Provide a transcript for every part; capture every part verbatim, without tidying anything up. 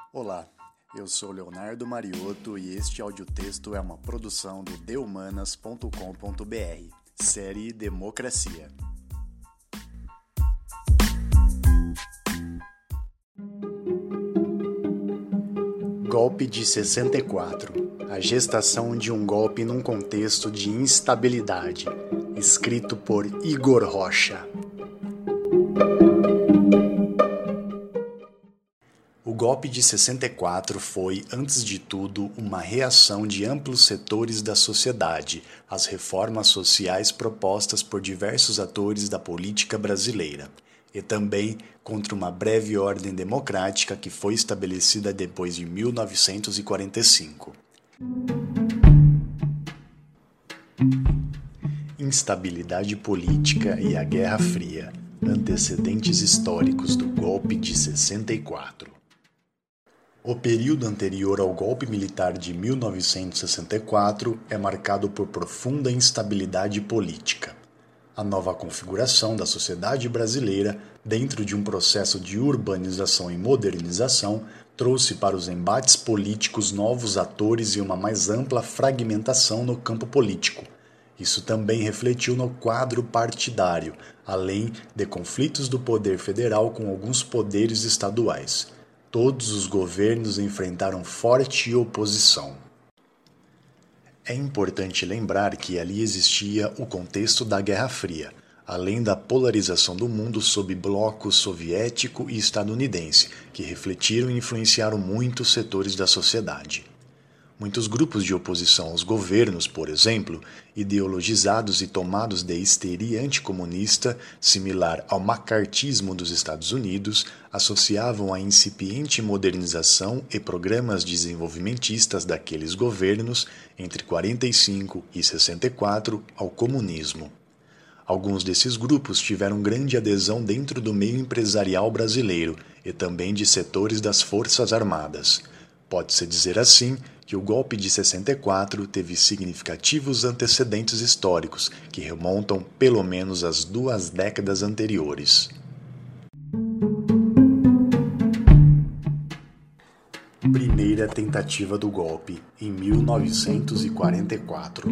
Olá, eu sou Leonardo Mariotto e este audiotexto é uma produção do de humanas ponto com ponto b r, série Democracia. Golpe de sessenta e quatro. A gestação de um golpe num contexto de instabilidade. Escrito por Igor Rocha. O golpe de sessenta e quatro foi, antes de tudo, uma reação de amplos setores da sociedade às reformas sociais propostas por diversos atores da política brasileira, e também contra uma breve ordem democrática que foi estabelecida depois de mil novecentos e quarenta e cinco. Instabilidade política e a Guerra Fria, antecedentes históricos do golpe de sessenta e quatro. O período anterior ao golpe militar de mil novecentos e sessenta e quatro é marcado por profunda instabilidade política. A nova configuração da sociedade brasileira, dentro de um processo de urbanização e modernização, trouxe para os embates políticos novos atores e uma mais ampla fragmentação no campo político. Isso também refletiu no quadro partidário, além de conflitos do poder federal com alguns poderes estaduais. Todos os governos enfrentaram forte oposição. É importante lembrar que ali existia o contexto da Guerra Fria, além da polarização do mundo sob bloco soviético e estadunidense, que refletiram e influenciaram muitos setores da sociedade. Muitos grupos de oposição aos governos, por exemplo, ideologizados e tomados de histeria anticomunista, similar ao macartismo dos Estados Unidos, associavam a incipiente modernização e programas desenvolvimentistas daqueles governos, entre quarenta e cinco e sessenta e quatro, ao comunismo. Alguns desses grupos tiveram grande adesão dentro do meio empresarial brasileiro e também de setores das Forças Armadas. Pode-se dizer assim que o golpe de sessenta e quatro teve significativos antecedentes históricos que remontam pelo menos às duas décadas anteriores. Primeira tentativa do golpe, em mil novecentos e quarenta e quatro.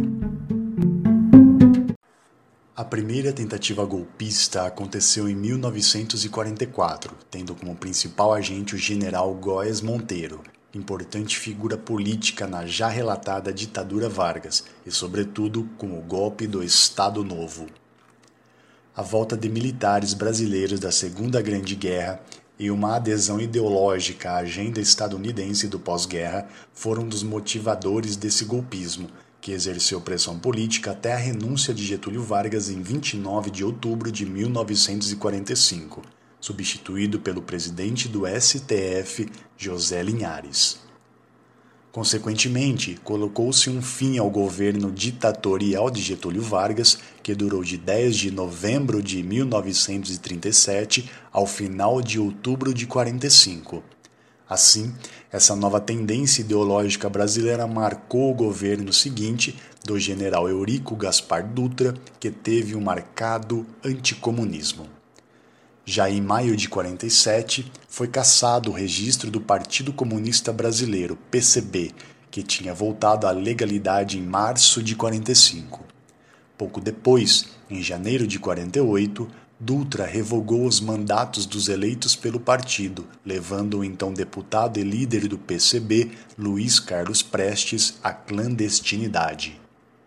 A primeira tentativa golpista aconteceu em mil novecentos e quarenta e quatro, tendo como principal agente o general Góes Monteiro, importante figura política na já relatada ditadura Vargas, e sobretudo com o golpe do Estado Novo. A volta de militares brasileiros da Segunda Grande Guerra e uma adesão ideológica à agenda estadunidense do pós-guerra foram dos motivadores desse golpismo, que exerceu pressão política até a renúncia de Getúlio Vargas em vinte e nove de outubro de mil novecentos e quarenta e cinco, substituído pelo presidente do S T F, José Linhares. Consequentemente, colocou-se um fim ao governo ditatorial de Getúlio Vargas, que durou de dez de novembro de mil novecentos e trinta e sete ao final de outubro de quarenta e cinco. Assim, essa nova tendência ideológica brasileira marcou o governo seguinte do general Eurico Gaspar Dutra, que teve um marcado anticomunismo. Já em maio de quarenta e sete, foi cassado o registro do Partido Comunista Brasileiro, P C B, que tinha voltado à legalidade em março de quarenta e cinco. Pouco depois, em janeiro de quarenta e oito, Dutra revogou os mandatos dos eleitos pelo partido, levando o então deputado e líder do P C B, Luiz Carlos Prestes, à clandestinidade.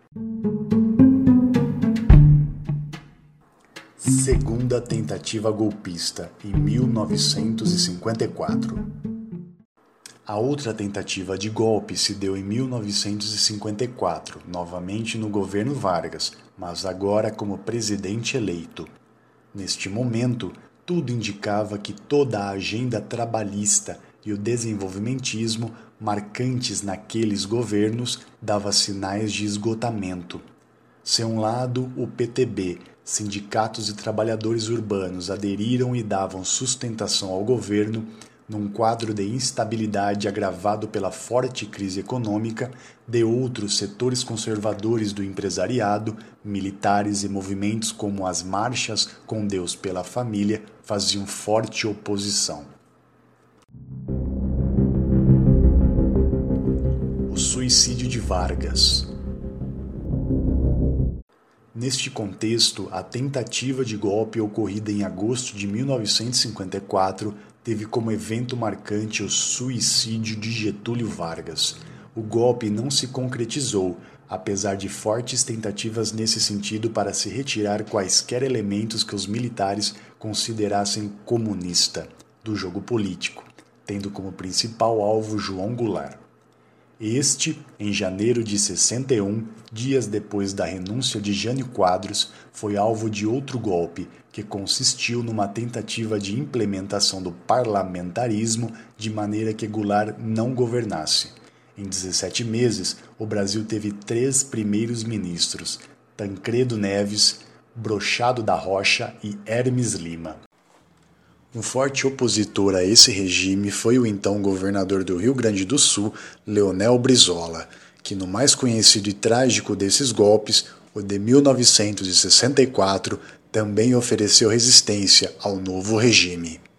Segunda tentativa golpista, em mil novecentos e cinquenta e quatro. A outra tentativa de golpe se deu em mil novecentos e cinquenta e quatro, novamente no governo Vargas, mas agora como presidente eleito. Neste momento, tudo indicava que toda a agenda trabalhista e o desenvolvimentismo marcantes naqueles governos dava sinais de esgotamento. Se um lado, o P T B, sindicatos e trabalhadores urbanos aderiram e davam sustentação ao governo, num quadro de instabilidade agravado pela forte crise econômica, de outros setores conservadores do empresariado, militares e movimentos como as marchas com Deus pela família faziam forte oposição. suicídio de Vargas. Neste contexto, a tentativa de golpe ocorrida em agosto de mil novecentos e cinquenta e quatro teve como evento marcante o suicídio de Getúlio Vargas. O golpe não se concretizou, apesar de fortes tentativas nesse sentido para se retirar quaisquer elementos que os militares considerassem comunista do jogo político, tendo como principal alvo João Goulart. Este, em janeiro de sessenta e um, dias depois da renúncia de Jânio Quadros, foi alvo de outro golpe, que consistiu numa tentativa de implementação do parlamentarismo de maneira que Goulart não governasse. Em dezessete meses, o Brasil teve três primeiros ministros: Tancredo Neves, Brochado da Rocha e Hermes Lima. Um forte opositor a esse regime foi o então governador do Rio Grande do Sul, Leonel Brizola, que no mais conhecido e trágico desses golpes, o de mil novecentos e sessenta e quatro, também ofereceu resistência ao novo regime.